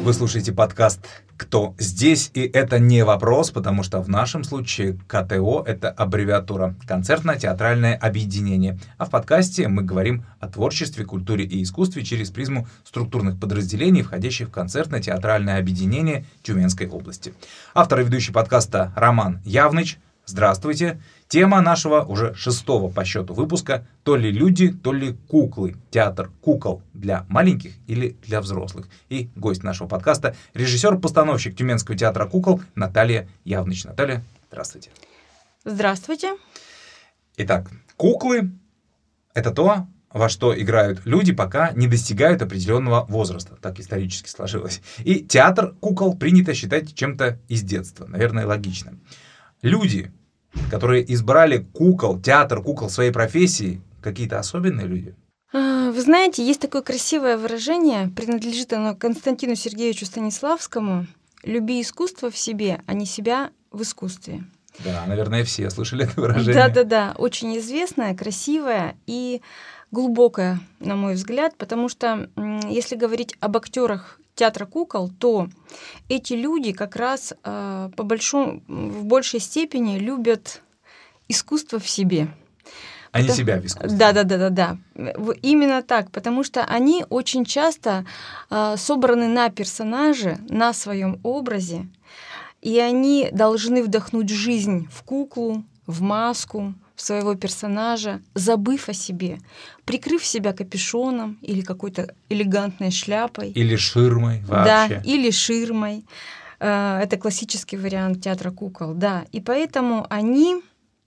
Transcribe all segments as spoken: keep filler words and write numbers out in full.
Вы слушаете подкаст «Кто здесь?» И это не вопрос, потому что в нашем случае КТО — это аббревиатура «Концертно-театральное объединение». А в подкасте мы говорим о творчестве, культуре и искусстве через призму структурных подразделений, входящих в концертно-театральное объединение Тюменской области. Автор и ведущий подкаста Роман Явныч. Здравствуйте. Тема нашего уже шестого по счету выпуска — то ли люди, то ли куклы. Театр кукол для маленьких или для взрослых. И гость нашего подкаста — режиссер-постановщик Тюменского театра кукол Наталья Явныч. Наталья, здравствуйте. Здравствуйте. Итак, куклы — это то, во что играют люди, пока не достигают определенного возраста. Так исторически сложилось. И театр кукол принято считать чем-то из детства. Наверное, логично. Люди, которые избрали кукол, театр кукол своей профессии, какие-то особенные люди? Вы знаете, есть такое красивое выражение, принадлежит оно Константину Сергеевичу Станиславскому: «Люби искусство в себе, а не себя в искусстве». Да, наверное, все слышали это выражение. Да-да-да, очень известное, красивое и глубокое, на мой взгляд, потому что если говорить об актерах театра кукол, то эти люди как раз э, по большому, в большей степени любят искусство в себе. А не потому... себя в искусстве. Да-да-да-да-да. Именно так, потому что они очень часто э, собраны на персонаже, на своем образе, и они должны вдохнуть жизнь в куклу, в маску, в своего персонажа, забыв о себе, прикрыв себя капюшоном или какой-то элегантной шляпой. Или ширмой вообще. Да, или ширмой. Это классический вариант театра кукол, да. И поэтому они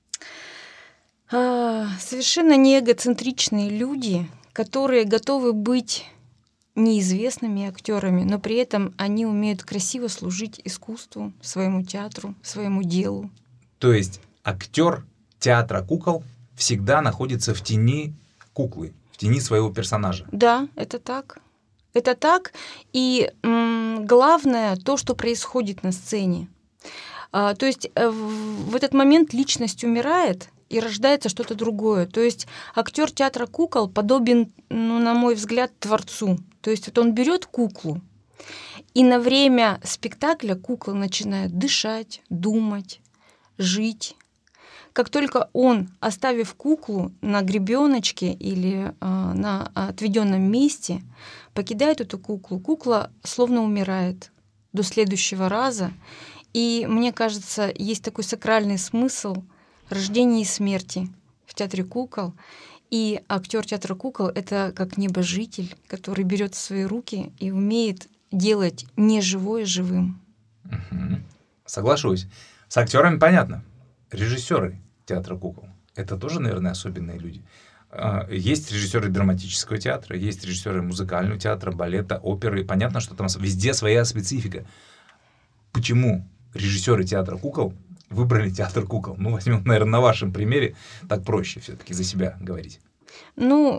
совершенно не эгоцентричные люди, которые готовы быть неизвестными актерами, но при этом они умеют красиво служить искусству, своему театру, своему делу. То есть актер театра кукол всегда находится в тени куклы, в тени своего персонажа. Да, это так. Это так. И м, главное то, что происходит на сцене. А, то есть э, в, в этот момент личность умирает, и рождается что-то другое. То есть актер театра кукол подобен, ну, на мой взгляд, творцу. То есть вот он берет куклу, и на время спектакля кукла начинает дышать, думать, жить. Как только он, оставив куклу на гребеночке или э, на отведенном месте, покидает эту куклу, кукла словно умирает до следующего раза. И мне кажется, есть такой сакральный смысл рождения и смерти в театре кукол. И актер театра кукол — это как небожитель, который берет в свои руки и умеет делать неживое живым. Угу. Соглашусь. С актерами понятно. Режиссеры театра кукол — это тоже, наверное, особенные люди. Есть режиссеры драматического театра, есть режиссеры музыкального театра, балета, оперы. Понятно, что там везде своя специфика. Почему режиссеры театра кукол выбрали театр кукол? Ну, возьмем, наверное, на вашем примере, так проще все-таки за себя говорить. Ну,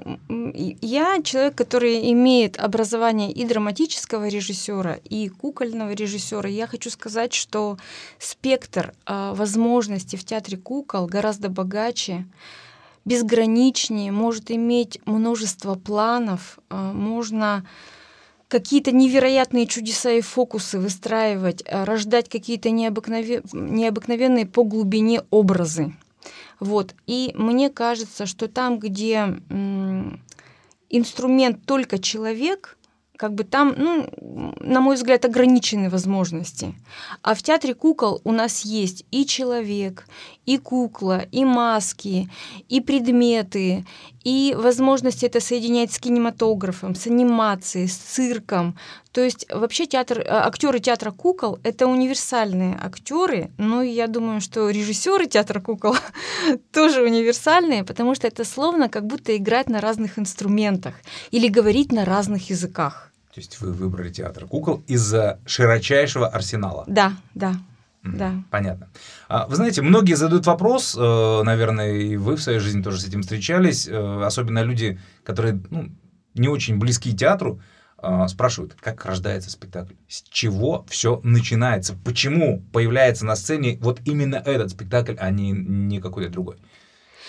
я человек, который имеет образование и драматического режиссера, и кукольного режиссера. Я хочу сказать, что спектр э, возможностей в театре кукол гораздо богаче, безграничнее, может иметь множество планов, э, можно какие-то невероятные чудеса и фокусы выстраивать, э, рождать какие-то необыкновен... необыкновенные по глубине образы. Вот. И мне кажется, что там, где м, инструмент только человек, как бы там, ну, на мой взгляд, ограниченные возможности. А в театре кукол у нас есть и человек, и кукла, и маски, и предметы, и возможность это соединять с кинематографом, с анимацией, с цирком. То есть вообще театр, актеры театра кукол — это универсальные актеры, но я думаю, что режиссеры театра кукол тоже универсальные, потому что это словно как будто играть на разных инструментах или говорить на разных языках. То есть вы выбрали театр кукол из-за широчайшего арсенала? Да, да. Mm-hmm. Да. Понятно. Вы знаете, многие задают вопрос, наверное, и вы в своей жизни тоже с этим встречались, особенно люди, которые, ну, не очень близки к театру, спрашивают, как рождается спектакль, с чего все начинается, почему появляется на сцене вот именно этот спектакль, а не, не какой-то другой.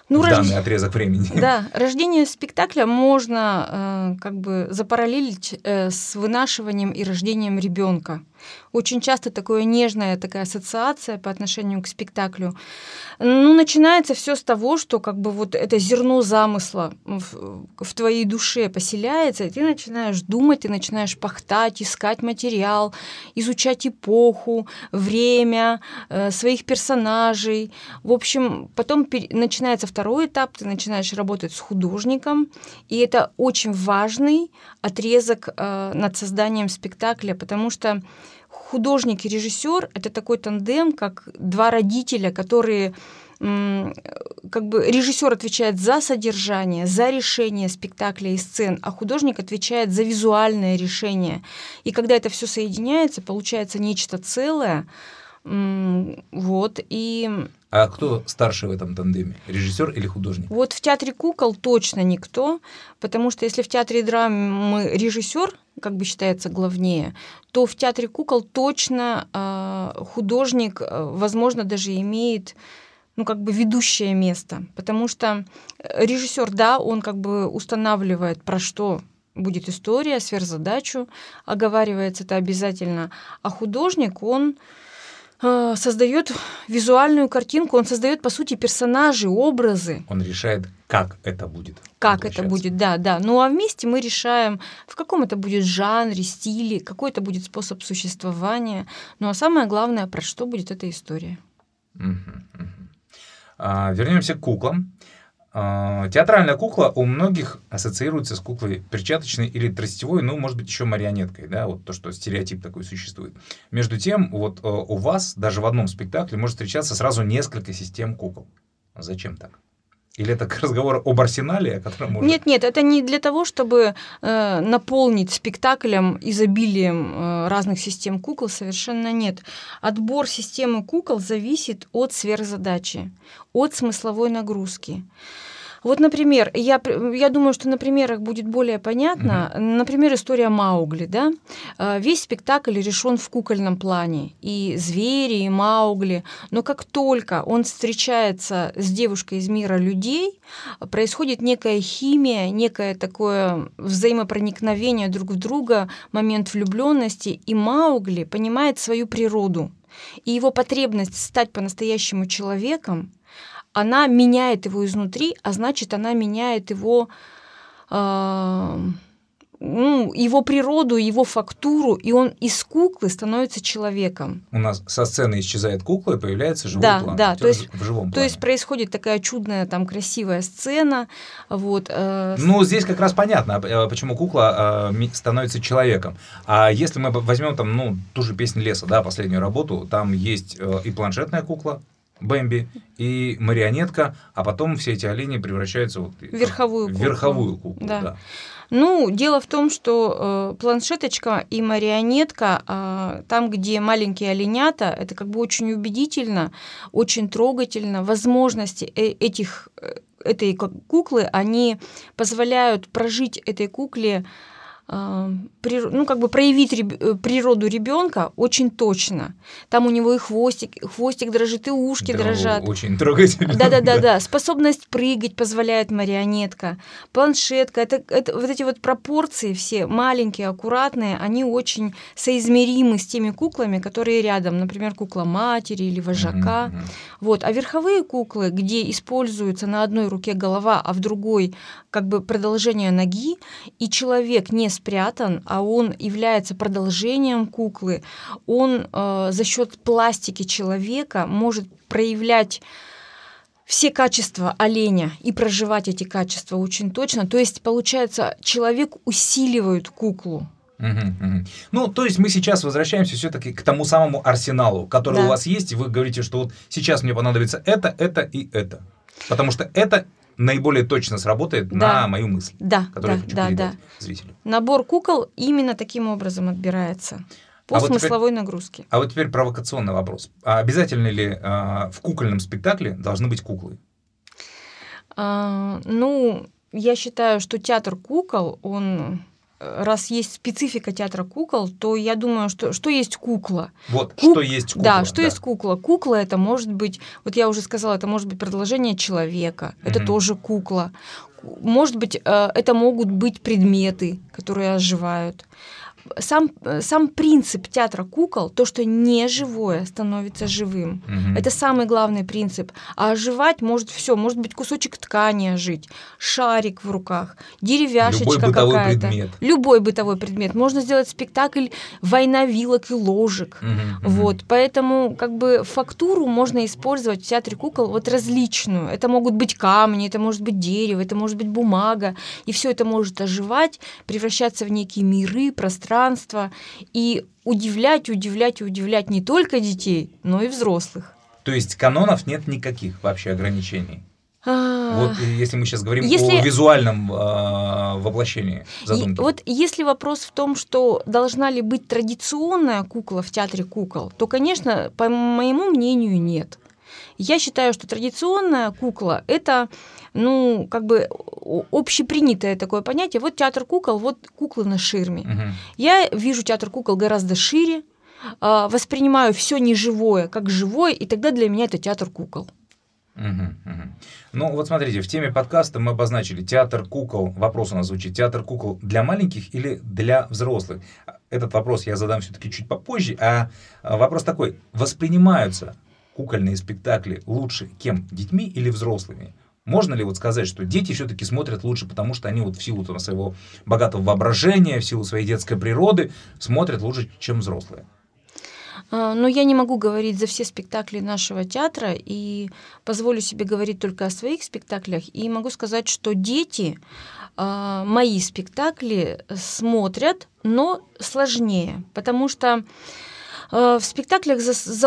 ну, в рожд... данный отрезок времени. Да, рождение спектакля можно э, как бы запараллелить э, с вынашиванием и рождением ребенка. Очень часто такое нежная такая ассоциация по отношению к спектаклю. Ну, начинается все с того, что как бы вот это зерно замысла в, в твоей душе поселяется, и ты начинаешь думать, ты начинаешь пахтать, искать материал, изучать эпоху, время, э, своих персонажей. В общем, потом пер... начинается второй этап, ты начинаешь работать с художником, и это очень важный отрезок э, над созданием спектакля, потому что художник и режиссер — это такой тандем, как два родителя, которые как бы режиссер отвечает за содержание, за решение спектакля и сцен, а художник отвечает за визуальное решение. И когда это все соединяется, получается нечто целое. Вот, и... А кто старше в этом тандеме? Режиссер или художник? Вот в театре кукол точно никто, потому что если в театре драмы режиссер, как бы считается, главнее, то в театре кукол точно э, художник, э, возможно, даже имеет, ну, как бы ведущее место, потому что режиссер, да, он как бы устанавливает, про что будет история, сверхзадачу, оговаривается это обязательно, а художник, он создает визуальную картинку, он создает, по сути, персонажи, образы. Он решает, как это будет. Как это будет, да, да. Ну а вместе мы решаем, в каком это будет жанре, стиле, какой это будет способ существования. Ну а самое главное, про что будет эта история. Угу, угу. А, вернемся к куклам. А, театральная кукла у многих ассоциируется с куклой перчаточной или тростевой, ну, может быть, еще марионеткой, да, вот то, что стереотип такой существует. Между тем, вот у вас даже в одном спектакле может встречаться сразу несколько систем кукол. Зачем так? Или это разговор об арсенале, о котором можно... Нет, нет, это не для того, чтобы э, наполнить спектаклем изобилием э, разных систем кукол, совершенно нет. Отбор системы кукол зависит от сверхзадачи, от смысловой нагрузки. Вот, например, я, я думаю, что на примерах будет более понятно. Mm-hmm. Например, история Маугли. Да? Весь спектакль решен в кукольном плане. И звери, и Маугли. Но как только он встречается с девушкой из мира людей, происходит некая химия, некое такое взаимопроникновение друг в друга, момент влюбленности, и Маугли понимает свою природу. И его потребность стать по-настоящему человеком, она меняет его изнутри, а значит, она меняет его, э, ну, его природу, его фактуру, и он из куклы становится человеком. У нас со сцены исчезает кукла, и появляется живой да, план. Да, то есть, в живом то плане. есть происходит такая чудная, там, красивая сцена. Вот, э, ну, здесь как раз понятно, почему кукла э, становится человеком. А если мы возьмем там, ну, ту же «Песнь леса», да, последнюю работу, там есть э, и планшетная кукла, Бэмби, и марионетка, а потом все эти олени превращаются вот в верховую куклу. В верховую куклу, да. да. Ну, дело в том, что э, планшеточка и марионетка, э, там, где маленькие оленята, это как бы очень убедительно, очень трогательно. Возможности э- этих, э- этой куклы, они позволяют прожить этой кукле, ну, как бы проявить реб... природу ребенка очень точно. Там у него и хвостик, хвостик дрожит, и ушки да, дрожат. Очень трогательно. Да-да-да, да. Способность прыгать позволяет марионетка. Планшетка, это, это вот эти вот пропорции все маленькие, аккуратные, они очень соизмеримы с теми куклами, которые рядом, например, кукла матери или вожака. Mm-hmm. Вот. А верховые куклы, где используется на одной руке голова, а в другой как бы продолжение ноги, и человек не спрятан, а он является продолжением куклы, он э, за счет пластики человека может проявлять все качества оленя и проживать эти качества очень точно. То есть, получается, человек усиливает куклу. Угу, угу. Ну, то есть мы сейчас возвращаемся все-таки к тому самому арсеналу, который да. у вас есть, и вы говорите, что вот сейчас мне понадобится это, это и это. Потому что это наиболее точно сработает да. на мою мысль, да, которую да, я хочу да, передать да. зрителю. Набор кукол именно таким образом отбирается. По а смысловой вот теперь, нагрузке. А вот теперь провокационный вопрос. А обязательно ли а, в кукольном спектакле должны быть куклы? А, ну, я считаю, что театр кукол, он раз есть специфика театра кукол, то я думаю, что что есть кукла. Вот, Кук... что есть кукла. Да, что да. есть кукла. Кукла — это может быть, вот я уже сказала, это может быть продолжение человека, mm-hmm. это тоже кукла. Может быть, это могут быть предметы, которые оживают. Сам, сам принцип театра кукол, то, что не живое, становится живым. Mm-hmm. Это самый главный принцип. А оживать может все. Может быть, кусочек ткани ожить, шарик в руках, деревяшечка Любой бытовой какая-то. предмет. Любой бытовой предмет. Можно сделать спектакль «Война вилок и ложек». Mm-hmm. Вот. Поэтому как бы фактуру можно использовать в театре кукол вот различную. Это могут быть камни, это может быть дерево, это может быть бумага. И все это может оживать, превращаться в некие миры, пространства, и удивлять, удивлять и удивлять не только детей, но и взрослых. То есть канонов нет никаких вообще ограничений? А... Вот если мы сейчас говорим если... о визуальном э, воплощении задумки. И, вот если вопрос в том, что должна ли быть традиционная кукла в театре кукол, то, конечно, по моему мнению, нет. Я считаю, что традиционная кукла – это, ну, как бы общепринятое такое понятие. Вот театр кукол, вот куклы на ширме. Угу. Я вижу театр кукол гораздо шире, воспринимаю все неживое как живое, и тогда для меня это театр кукол. Угу, угу. Ну, вот смотрите, в теме подкаста мы обозначили театр кукол. Вопрос у нас звучит: театр кукол для маленьких или для взрослых? Этот вопрос я задам все-таки чуть попозже. А вопрос такой: воспринимаются кукольные спектакли лучше кем? Детьми или взрослыми? Можно ли вот сказать, что дети все-таки смотрят лучше, потому что они вот в силу там, своего богатого воображения, в силу своей детской природы смотрят лучше, чем взрослые? Но я не могу говорить за все спектакли нашего театра и позволю себе говорить только о своих спектаклях. И могу сказать, что дети мои спектакли смотрят, но сложнее, потому что в спектаклях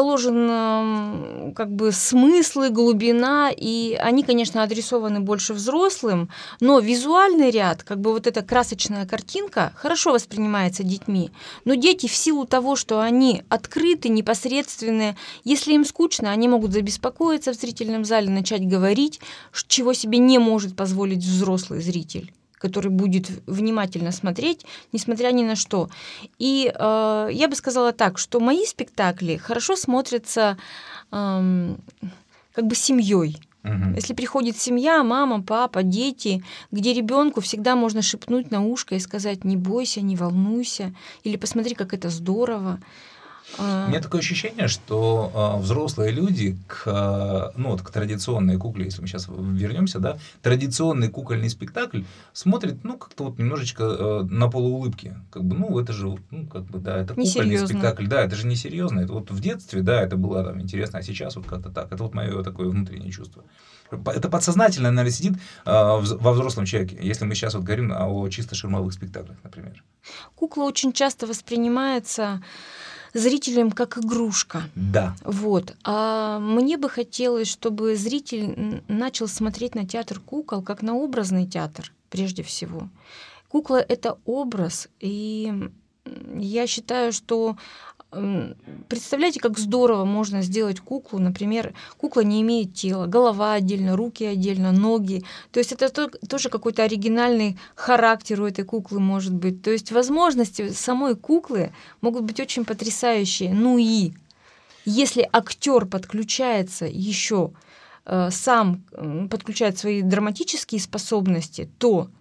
заложен как бы смыслы, глубина, и они, конечно, адресованы больше взрослым, но визуальный ряд, как бы вот эта красочная картинка, хорошо воспринимается детьми. Но дети в силу того, что они открыты, непосредственные, если им скучно, они могут забеспокоиться в зрительном зале, начать говорить, чего себе не может позволить взрослый зритель, который будет внимательно смотреть, несмотря ни на что. И э, я бы сказала так, что мои спектакли хорошо смотрятся э, как бы семьей. Угу. Если приходит семья, мама, папа, дети, где ребенку всегда можно шепнуть на ушко и сказать: не бойся, не волнуйся, или посмотри, как это здорово. У меня такое ощущение, что э, взрослые люди к, э, ну, вот, к традиционной кукле, если мы сейчас вернемся, да, традиционный кукольный спектакль смотрит, ну, как-то вот немножечко э, на полуулыбке. Как бы, ну, это же, ну, как бы, да, это кукольный спектакль, да, это же не серьезно. Это вот в детстве, да, это было там интересно, а сейчас вот как-то так. Это вот мое такое внутреннее чувство. Это подсознательно, наверное, сидит э, во взрослом человеке, если мы сейчас вот говорим о чисто ширмовых спектаклях, например. Кукла очень часто воспринимается зрителям как игрушка. Да. Вот. А мне бы хотелось, чтобы зритель начал смотреть на театр кукол как на образный театр, прежде всего. Кукла — это образ, и я считаю, что представляете, как здорово можно сделать куклу. Например, кукла не имеет тела, голова отдельно, руки отдельно, ноги. То есть это тоже какой-то оригинальный характер у этой куклы может быть. То есть возможности самой куклы могут быть очень потрясающие. Ну и если актер подключается еще, сам подключает свои драматические способности, то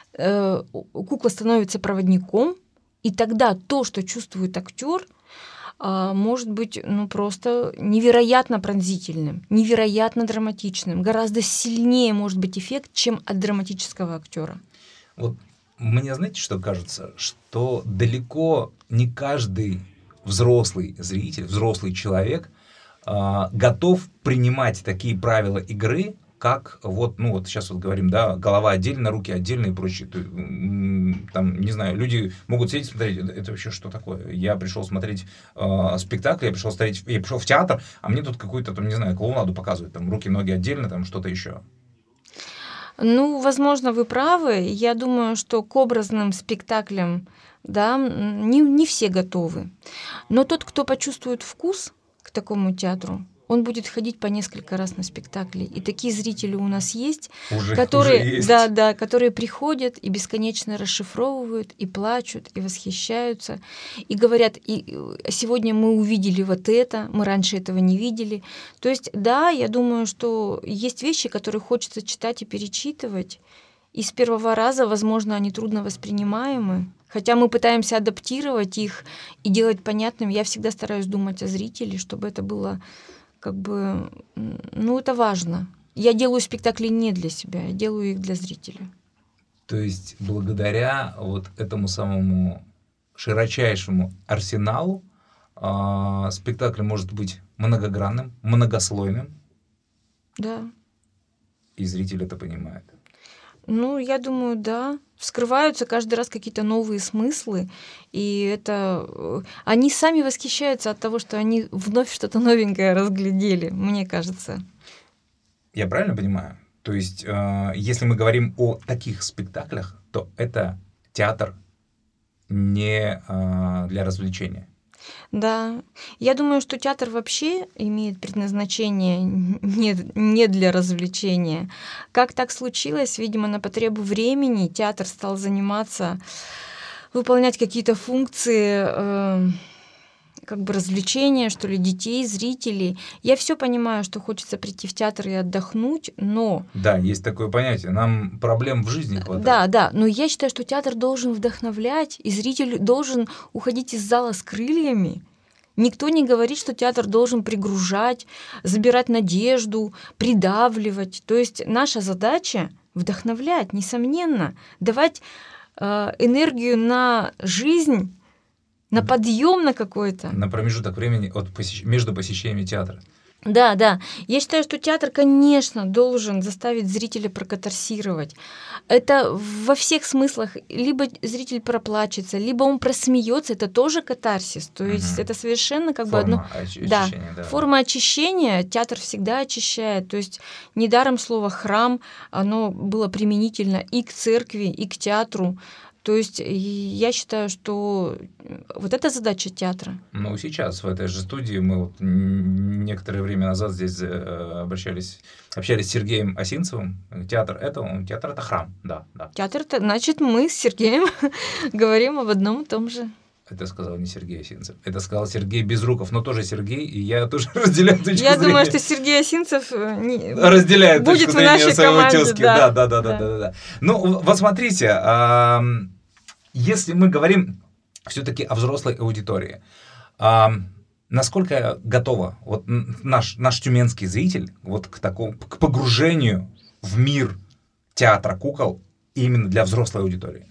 кукла становится проводником, и тогда то, что чувствует актер, может быть, ну, просто невероятно пронзительным, невероятно драматичным, гораздо сильнее может быть эффект, чем от драматического актера. Вот мне, знаете, что кажется? Что далеко не каждый взрослый зритель, взрослый человек э, готов принимать такие правила игры, как вот, ну вот сейчас вот говорим, да, голова отдельно, руки отдельно и прочее. Там, не знаю, люди могут сидеть и смотреть, это вообще что такое? Я пришел смотреть э, спектакль, я пришел смотреть, я пришел в театр, а мне тут какую-то, там, не знаю, клоунаду показывают, там, руки, ноги отдельно, там, что-то еще. Ну, возможно, вы правы. Я думаю, что к образным спектаклям, да, не, не все готовы. Но тот, кто почувствует вкус к такому театру, он будет ходить по несколько раз на спектакли. И такие зрители у нас есть, уже, которые, уже есть. Да, да, которые приходят и бесконечно расшифровывают, и плачут, и восхищаются, и говорят, и сегодня мы увидели вот это, мы раньше этого не видели. То есть, да, я думаю, что есть вещи, которые хочется читать и перечитывать, и с первого раза, возможно, они трудно воспринимаемы. Хотя мы пытаемся адаптировать их и делать понятным. Я всегда стараюсь думать о зрителе, чтобы это было как бы... Ну, это важно. Я делаю спектакли не для себя, я делаю их для зрителя. То есть благодаря вот этому самому широчайшему арсеналу э, спектакль может быть многогранным, многослойным. Да. И зритель это понимает. Ну, я думаю, да. Вскрываются каждый раз какие-то новые смыслы, и это... Они сами восхищаются от того, что они вновь что-то новенькое разглядели, мне кажется. Я правильно понимаю? То есть, э, если мы говорим о таких спектаклях, то это театр не э, для развлечения. Да, я думаю, что театр вообще имеет предназначение не, не для развлечения. Как так случилось, видимо, на потребу времени театр стал заниматься, выполнять какие-то функции, э, как бы развлечения, что ли, детей, зрителей. Я все понимаю, что хочется прийти в театр и отдохнуть, но... Да, есть такое понятие. Нам проблем в жизни хватает. Да, да, но я считаю, что театр должен вдохновлять, и зритель должен уходить из зала с крыльями. Никто не говорит, что театр должен пригружать, забирать надежду, придавливать. То есть наша задача — вдохновлять, несомненно, давать э, энергию на жизнь, на подъем на какой-то. На промежуток времени от посещ... между посещениями театра. Да, да. Я считаю, что театр, конечно, должен заставить зрителя прокатарсировать. Это во всех смыслах. Либо зритель проплачется, либо он просмеется. Это тоже катарсис. То есть угу. это совершенно как форма бы одно... Оч- да. очищения. Да, Форма очищения. Театр всегда очищает. То есть недаром слово «храм», оно было применительно и к церкви, и к театру. То есть я считаю, что вот это задача театра. Ну, сейчас в этой же студии мы вот некоторое время назад здесь обращались, общались с Сергеем Осинцевым. Театр — это, театр — это храм, да, да. Театр — это, значит, мы с Сергеем говорим об одном и том же. Это сказал не Сергей Осинцев, это сказал Сергей Безруков, но тоже Сергей, и я тоже разделяю точку зрения. Я думаю, что Сергей Осинцев не... разделяет будет точку в нашей своего команде, тезки. Да. Да, да, да, да, да, да. Ну, вот смотрите, если мы говорим все-таки о взрослой аудитории, насколько готова вот наш, наш тюменский зритель вот к такому, к погружению в мир театра кукол именно для взрослой аудитории?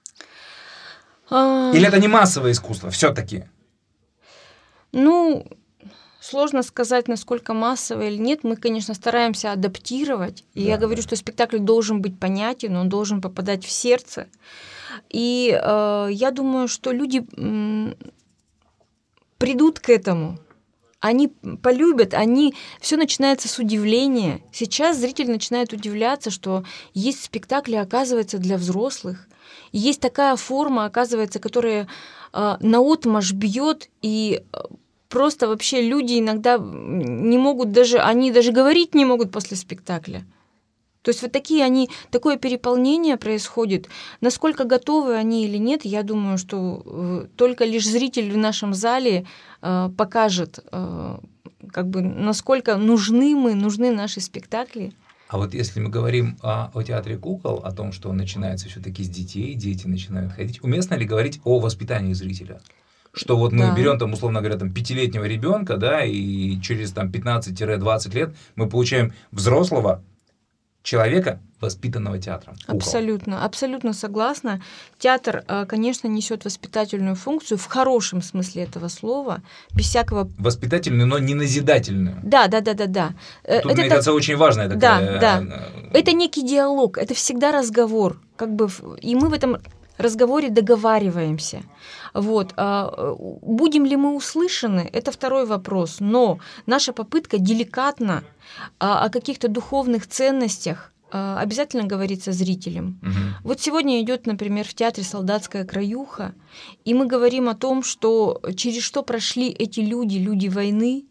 Или это не массовое искусство все-таки? Ну, сложно сказать, насколько массовое или нет. Мы, конечно, стараемся адаптировать. И да, я говорю, да. что спектакль должен быть понятен, он должен попадать в сердце. И э, я думаю, что люди м, придут к этому. Они полюбят, они... Все начинается с удивления. Сейчас зритель начинает удивляться, что есть спектакли, оказывается, для взрослых. И есть такая форма, оказывается, которая э, наотмашь бьет, и э, просто вообще люди иногда не могут даже... Они даже говорить не могут после спектакля. То есть вот такие они, такое переполнение происходит. Насколько готовы они или нет, я думаю, что э, только лишь зритель в нашем зале э, покажет, э, как бы, насколько нужны мы, нужны наши спектакли. А вот если мы говорим о, о театре кукол, о том, что он начинается все-таки с детей, дети начинают ходить, уместно ли говорить о воспитании зрителя? Что вот мы да. берем, там, условно говоря, там, пятилетнего ребенка, да, и через там, пятнадцать-двадцать лет мы получаем взрослого человека, воспитанного театром. Кукол. Абсолютно, абсолютно согласна. Театр, конечно, несет воспитательную функцию в хорошем смысле этого слова, без всякого... Воспитательную, но не назидательную. Да, да, да, да, да. Тут, это мне кажется, очень важная такая... Да, да. Это некий диалог, это всегда разговор, как бы, и мы в этом разговоре договариваемся. Вот. Будем ли мы услышаны, это второй вопрос, но наша попытка деликатно о каких-то духовных ценностях обязательно говорится зрителям. Угу. Вот сегодня идет, например, в театре «Солдатская краюха», и мы говорим о том, что через что прошли эти люди, люди войны,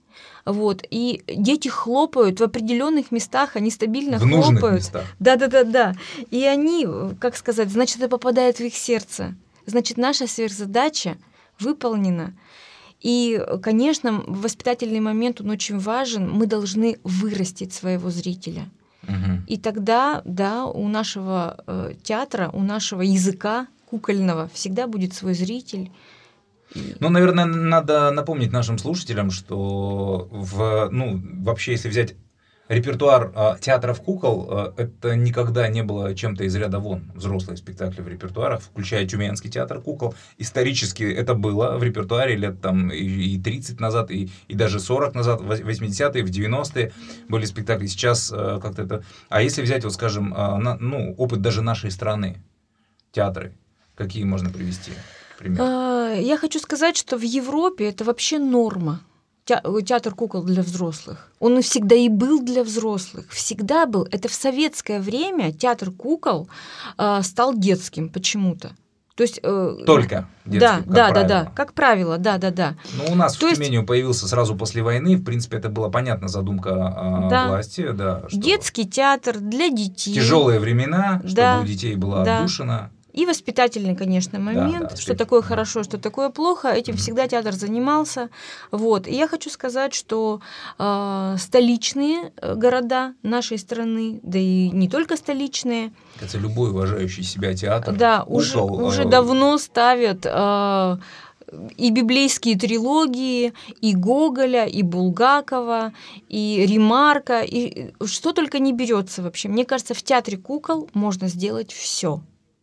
Вот. И дети хлопают в определенных местах, они стабильно в хлопают. В нужных местах. Да-да-да-да. И они, как сказать, значит, это попадает в их сердце. Значит, наша сверхзадача выполнена. И, конечно, воспитательный момент, он очень важен. Мы должны вырастить своего зрителя. Угу. И тогда, да, у нашего э, театра, у нашего языка кукольного всегда будет свой зритель. Ну, наверное, надо напомнить нашим слушателям, что в, ну, вообще, если взять репертуар э, театров кукол, э, это никогда не было чем-то из ряда вон. Взрослые спектакли в репертуарах, включая Тюменский театр кукол. Исторически это было в репертуаре лет там и тридцать назад, и, и даже сорок назад, в восьмидесятые, в девяностые были спектакли. Сейчас э, как-то это... А если взять, вот скажем, э, на, ну, опыт даже нашей страны, театры, какие можно привести примеры? Я хочу сказать, что в Европе это вообще норма. Театр кукол для взрослых. Он всегда и был для взрослых. Всегда был. Это в советское время театр кукол э, стал детским почему-то. То есть, э, Только детским, да, как да, правило. да, да, как правило, да, да, да. Ну, у нас То в есть... Тюмени появился сразу после войны. В принципе, это была понятна задумка э, да. власти. Да, что детский театр для детей. Тяжелые времена, чтобы да, у детей была да. отдушина. И воспитательный, конечно, момент, да, да, что такое хорошо, что такое плохо. Этим mm-hmm. всегда театр занимался. Вот. И я хочу сказать, что э, столичные города нашей страны, да и не только столичные, это любой уважающий себя театр, да, кукол, уже, уже э... давно ставят э, и библейские трилогии, и Гоголя, и Булгакова, и Ремарка, и что только не берется вообще. Мне кажется, в театре кукол можно сделать все.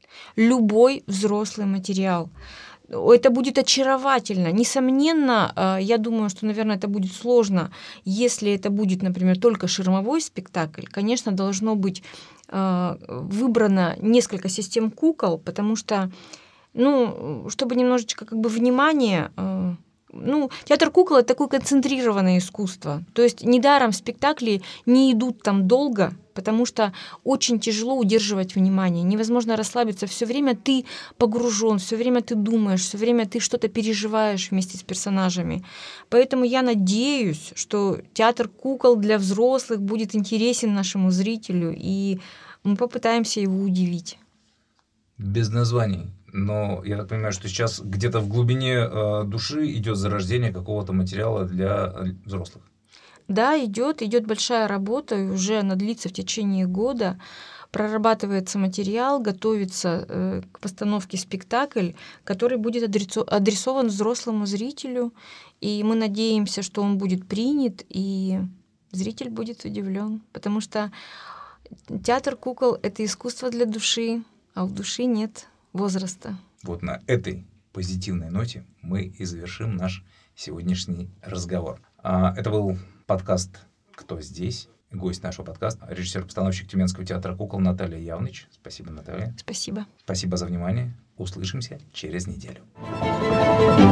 Любой взрослый материал. Это будет очаровательно. Несомненно, я думаю, что, наверное, это будет сложно, если это будет, например, только ширмовой спектакль. Конечно, должно быть выбрано несколько систем кукол, потому что, ну, чтобы немножечко как бы внимание... Ну, театр кукол — это такое концентрированное искусство. То есть недаром спектакли не идут там долго, потому что очень тяжело удерживать внимание. Невозможно расслабиться. Все время ты погружен, все время ты думаешь, все время ты что-то переживаешь вместе с персонажами. Поэтому я надеюсь, что театр кукол для взрослых будет интересен нашему зрителю, и мы попытаемся его удивить. Без названий. Но я так понимаю, что сейчас где-то в глубине э, души идет зарождение какого-то материала для взрослых. Да, идет, идет большая работа, и уже она длится в течение года. Прорабатывается материал, готовится э, к постановке спектакль, который будет адресован взрослому зрителю. И мы надеемся, что он будет принят, и зритель будет удивлен, потому что театр кукол — это искусство для души, а у души нет возраста. Вот на этой позитивной ноте мы и завершим наш сегодняшний разговор. Это был подкаст «Кто здесь?». Гость нашего подкаста, режиссер-постановщик Тюменского театра кукол Наталья Явныч. Спасибо, Наталья. Спасибо. Спасибо за внимание. Услышимся через неделю.